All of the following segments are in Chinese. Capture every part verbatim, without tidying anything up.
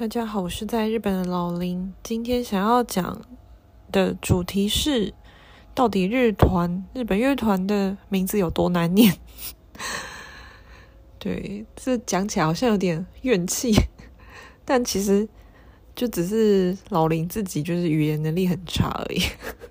大家好，我是在日本的老林。今天想要讲的主题是，到底日团、日本乐团的名字有多难念？对，这讲起来好像有点怨气，但其实就只是老林自己就是语言能力很差而已。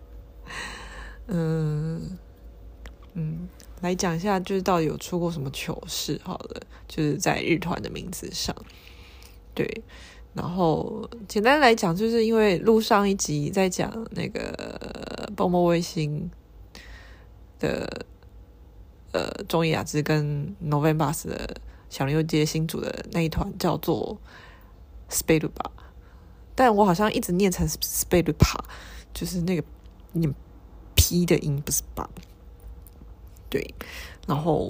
嗯嗯，来讲一下，就是到底有出过什么糗事好了，就是在日团的名字上。对，然后简单来讲，就是因为录上一集在讲那个蹦蹦卫星的呃中野雅之跟 November 的小林佑介新组的那一团叫做 Spelupa， 但我好像一直念成 Spelupa， 就是那个念 P 的音不是吧？对，然后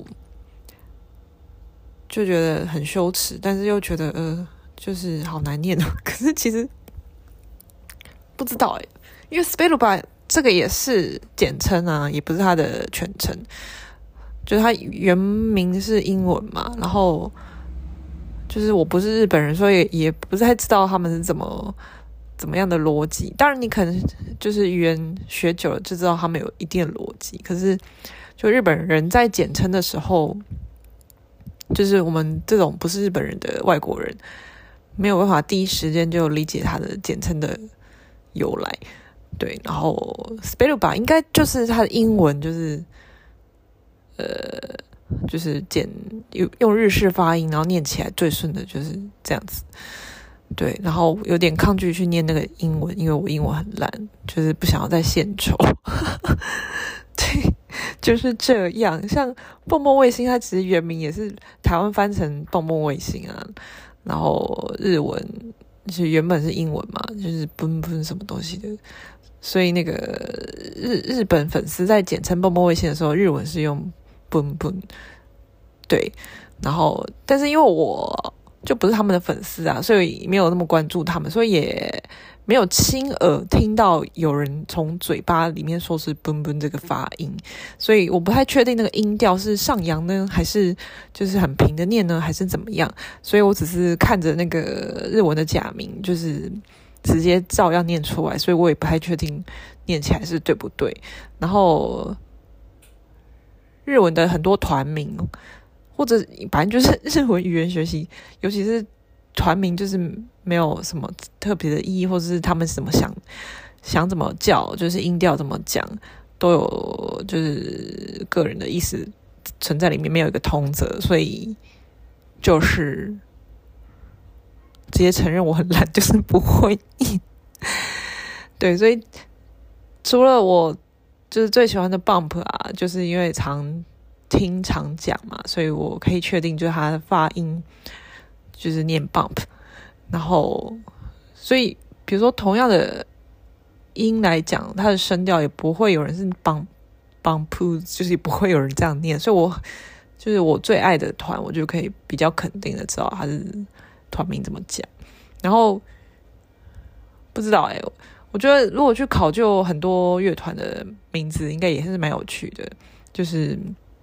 就觉得很羞耻，但是又觉得呃。就是好难念哦，可是其实不知道诶，因为 Spelupa 这个也是简称啊，也不是它的全称，就是它原名是英文嘛，然后就是我不是日本人，所以也不太知道他们是怎么怎么样的逻辑。当然你可能就是语言学久了就知道他们有一定的逻辑，可是就日本人在简称的时候，就是我们这种不是日本人的外国人没有办法第一时间就理解它的简称的由来。对，然后 Spelupa 应该就是它的英文，就是呃，就是简用日式发音，然后念起来最顺的就是这样子。对，然后有点抗拒去念那个英文，因为我英文很烂，就是不想要再献丑。对，就是这样。像蹦蹦卫星，它其实原名也是台湾翻成蹦蹦卫星啊。然后日文是原本是英文嘛，就是奔奔什么东西的，所以那个日日本粉丝在简称蹦蹦卫星的时候，日文是用奔奔。对，然后但是因为我就不是他们的粉丝啊，所以没有那么关注他们，所以也没有亲耳听到有人从嘴巴里面说是奔奔这个发音，所以我不太确定那个音调是上扬呢，还是就是很平的念呢，还是怎么样，所以我只是看着那个日文的假名，就是直接照样念出来，所以我也不太确定念起来是对不对。然后日文的很多团名，或者反正就是日文语言学习，尤其是团名，就是没有什么特别的意义，或者是他们怎么想想怎么叫，就是音调怎么讲，都有就是个人的意思存在里面，没有一个通则，所以就是直接承认我很烂，就是不会译。对，所以除了我就是最喜欢的 Bump 啊，就是因为常听常讲嘛，所以我可以确定就是它的发音就是念 bump， 然后所以比如说同样的音来讲，它的声调也不会有人是 bump bump， 就是也不会有人这样念，所以我就是我最爱的团，我就可以比较肯定的知道它是团名怎么讲。然后不知道哎、欸，我觉得如果去考究很多乐团的名字，应该也是蛮有趣的，就是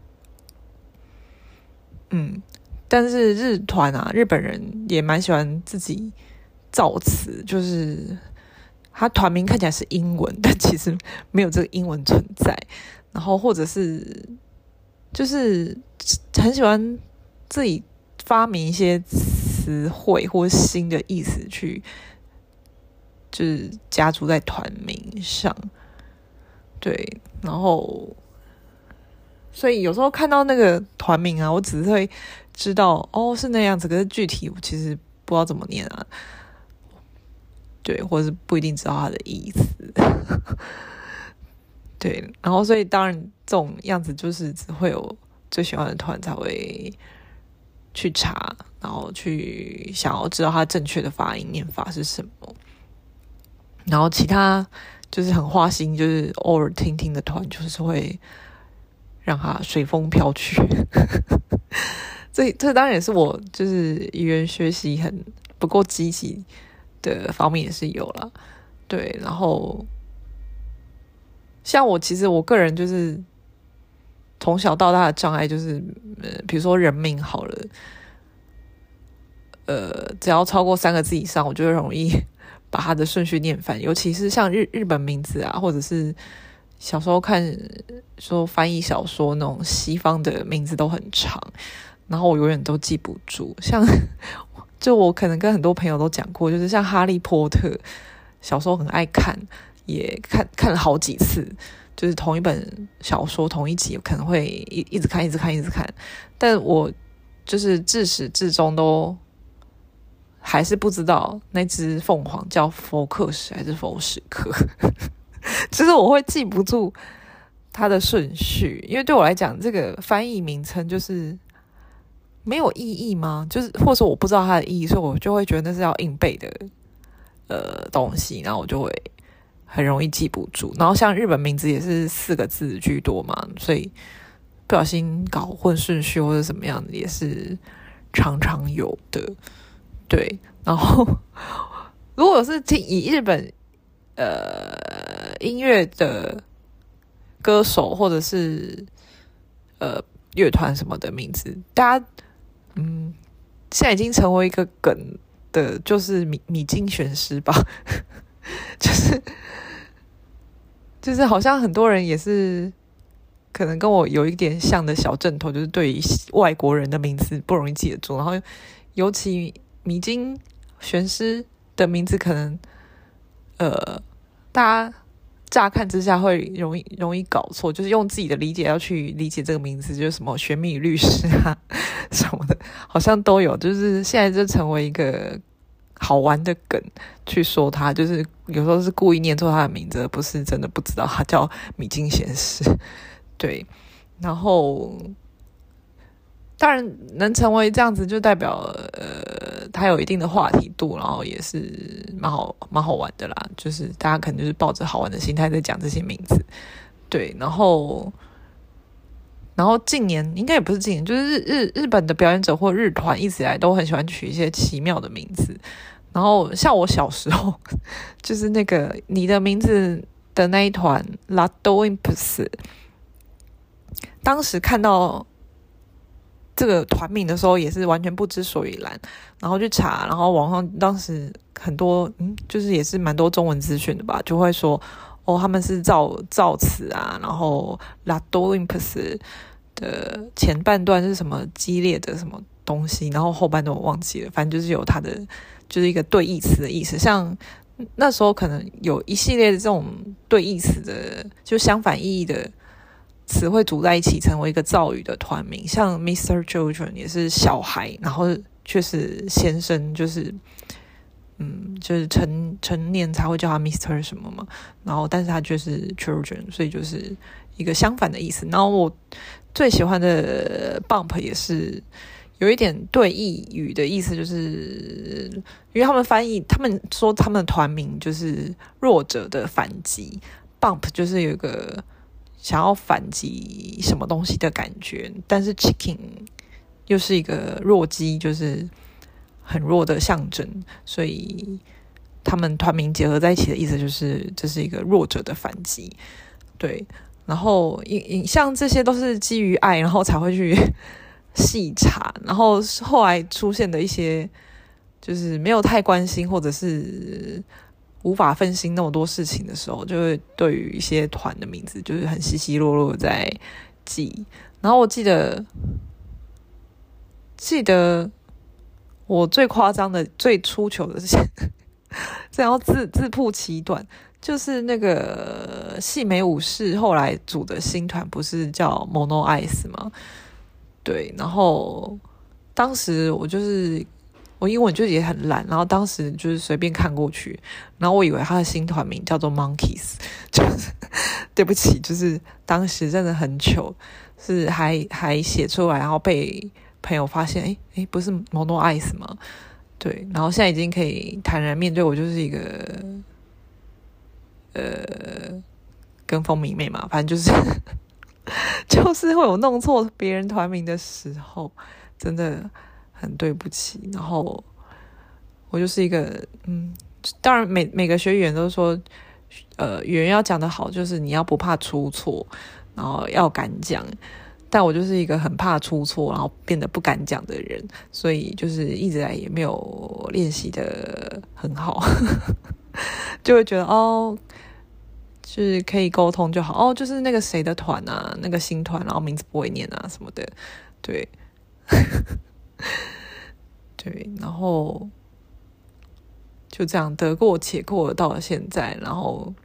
嗯。但是日团啊，日本人也蛮喜欢自己造词，就是他团名看起来是英文，但其实没有这个英文存在。然后或者是就是很喜欢自己发明一些词汇或新的意思去，就是加注在团名上。对，然后所以有时候看到那个团名啊，我只是会知道哦是那样子，可是具体我其实不知道怎么念啊，对，或者是不一定知道它的意思。对，然后所以当然这种样子就是只会有最喜欢的团才会去查，然后去想要知道它正确的发音念法是什么。然后其他就是很花心，就是偶尔听听的团，就是会让它随风飘去。这这当然也是我就是语言学习很不够积极的方面也是有啦。对，然后像我其实我个人就是从小到大的障碍就是呃，比如说人名好了， 呃，只要超过三个字以上，我就会容易把它的顺序念反，尤其是像日日本名字啊，或者是小时候看说翻译小说那种西方的名字都很长，然后我永远都记不住。像就我可能跟很多朋友都讲过，就是像哈利波特，小时候很爱看，也看看了好几次，就是同一本小说同一集可能会一一直看一直看一直看，但我就是自始至终都还是不知道那只凤凰叫佛克什还是佛史克就是我会记不住它的顺序，因为对我来讲这个翻译名称就是没有意义吗？就是或者说我不知道它的意义，所以我就会觉得那是要硬背的呃东西，然后我就会很容易记不住。然后像日本名字也是四个字居多嘛，所以不小心搞混顺序或者什么样的也是常常有的。对，然后如果是听以日本呃音乐的歌手或者是呃乐团什么的名字，大家嗯现在已经成为一个梗的，就是米米津玄师吧，就是就是好像很多人也是可能跟我有一点像的小阵头，就是对于外国人的名字不容易记得住，然后尤其米津玄师的名字可能呃大家乍看之下会容易容易搞错，就是用自己的理解要去理解这个名字，就是什么玄米律师啊什么的，好像都有，就是现在就成为一个好玩的梗去说他，就是有时候是故意念错他的名字，而不是真的不知道他叫米津玄师。对，然后当然能成为这样子就代表呃他有一定的话题度，然后也是蛮好蛮好玩的啦，就是大家可能就是抱着好玩的心态在讲这些名字。对，然后然后近年应该也不是近年，就是日日日本的表演者或日团一直以来都很喜欢取一些奇妙的名字，然后像我小时候就是那个你的名字的那一团 RADWIMPS， 当时看到这个团名的时候也是完全不知所以然，然后去查，然后网上当时很多嗯，就是也是蛮多中文资讯的吧，就会说哦他们是造造词啊，然后 RADWIMPS 的前半段是什么激烈的什么东西，然后后半段我忘记了，反正就是有它的就是一个对义词的意思，像那时候可能有一系列的这种对义词的就相反意义的词汇组在一起成为一个造语的团名，像 Mister Children 也是小孩，然后却是先生，就是嗯，就是成成年才会叫他 Mister 什么嘛，然后但是他却是 Children， 所以就是一个相反的意思。然后我最喜欢的 Bump 也是有一点对义语的意思，就是因为他们翻译，他们说他们的团名就是弱者的反击 ，Bump 就是有一个想要反击什么东西的感觉，但是 Chicken 又是一个弱鸡，就是很弱的象征，所以他们团名结合在一起的意思就是这是一个弱者的反击。对，然后像这些都是基于爱，然后才会去细查，然后后来出现的一些就是没有太关心或者是无法分心那么多事情的时候，就会对于一些团的名字就是很稀稀落落在记。然后我记得记得我最夸张的最出糗的是这样自自曝其短，就是那个细美武士后来组的新团不是叫 Mono Eyes 吗？对，然后当时我就是我英文就也很烂，然后当时就是随便看过去，然后我以为他的新团名叫做 Monkeys， 就是对不起，就是当时真的很糗，是还还写出来，然后被朋友发现，诶诶，不是 Mono Eyes 吗？对，然后现在已经可以坦然面对，我就是一个呃跟风迷妹嘛，反正就是就是会有弄错别人团名的时候，真的很对不起。然后我就是一个嗯，当然每每个学语言都说，呃，语言要讲得好，就是你要不怕出错，然后要敢讲。 但我就是一个很怕出错，然后变得不敢讲的人，所以就是一直来也没有练习的很好，就会觉得哦，就是可以沟通就好，哦，就是那个谁的团啊，那个新团，然后名字不会念啊什么的，对，对，然后就这样得过且过到了现在，然后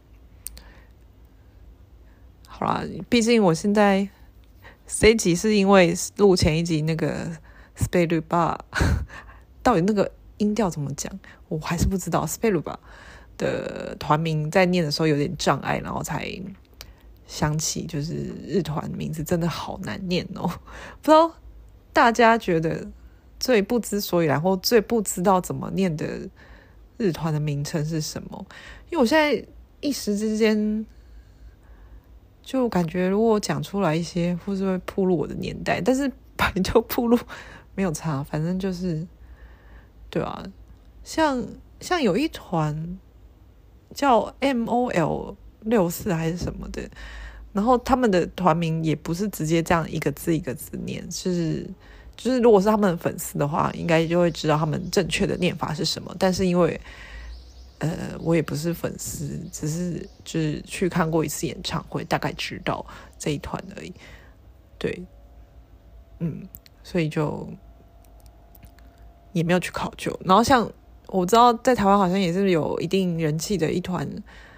好啦，毕竟我现在这一集是因为录前一集那个 Speluba 到底那个音调怎么讲，我还是不知道。Speluba 的团名在念的时候有点障碍，然后才想起就是日团名字真的好难念哦。不知道大家觉得最不知所以然或最不知道怎么念的日团的名称是什么？因为我现在一时之间就感觉如果讲出来一些，或是会暴露我的年代，但是本来就暴露没有差，反正就是对啊，像像有一团叫 M O L 六四还是什么的，然后他们的团名也不是直接这样一个字一个字念，是就是如果是他们的粉丝的话，应该就会知道他们正确的念法是什么，但是因为呃，我也不是粉丝，只是就是去看过一次演唱会，大概知道这一团而已。对，嗯，所以就也没有去考究。然后像我知道在台湾好像也是有一定人气的一团，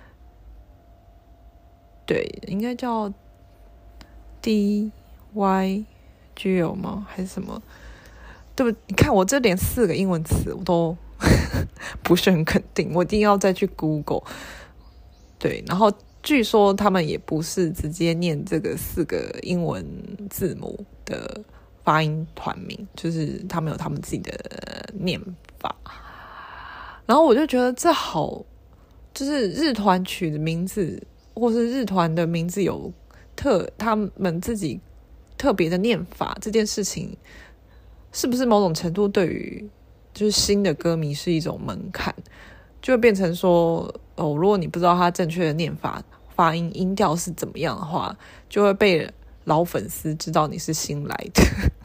对，应该叫 D Y G L 吗？还是什么？对不？你看我这连四个英文词我都不是很肯定，我一定要再去 Google。对，然后据说他们也不是直接念这个四个英文字母的发音团名，就是他们有他们自己的念法。然后我就觉得这好，就是日团取的名字，或是日团的名字有特他们自己特别的念法，这件事情是不是某种程度对于就是新的歌迷是一种门槛，就会变成说哦，如果你不知道他正确的念法、发音、音调是怎么样的话，就会被老粉丝知道你是新来的。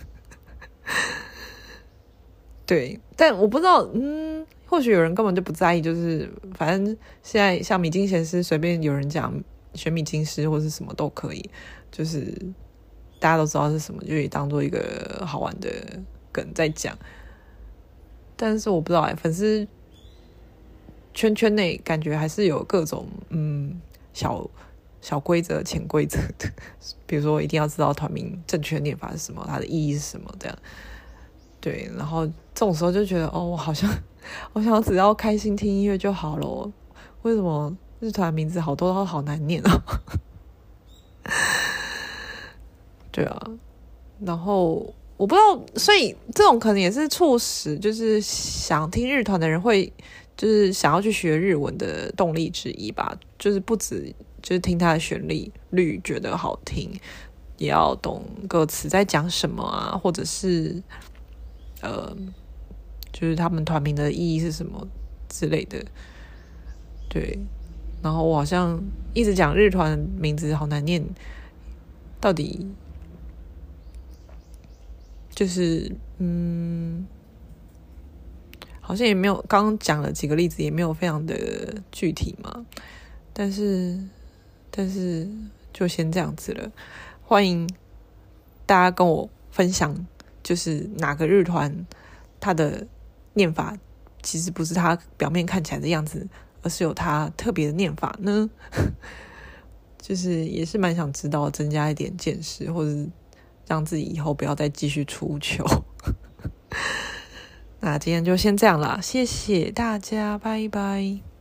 对，但我不知道，嗯，或许有人根本就不在意，就是反正现在像米津玄师，随便有人讲选米津师或是什么都可以，就是大家都知道是什么，就也当做一个好玩的梗在讲。但是我不知道哎、欸，粉丝圈圈内感觉还是有各种嗯小小规则、潜规则的，比如说一定要知道团名正确念法是什么，它的意义是什么，这样。对，然后这种时候就觉得哦，我好像我想只要开心听音乐就好了，为什么日团名字好多都好难念啊？对啊，然后我不知道，所以这种可能也是促使就是想听日团的人会就是想要去学日文的动力之一吧，就是不止就是听它的旋律律觉得好听，也要懂歌词在讲什么啊，或者是呃，就是他们团名的意义是什么之类的。对，然后我好像一直讲日团名字好难念，到底就是嗯，好像也没有，刚刚讲了几个例子，也没有非常的具体嘛。但是，但是就先这样子了。欢迎大家跟我分享，就是哪个日团它的念法其实不是它表面看起来的样子，而是有它特别的念法呢？就是也是蛮想知道，增加一点见识，或者是让自己以后不要再继续出糗。那今天就先这样啦，谢谢大家，拜拜。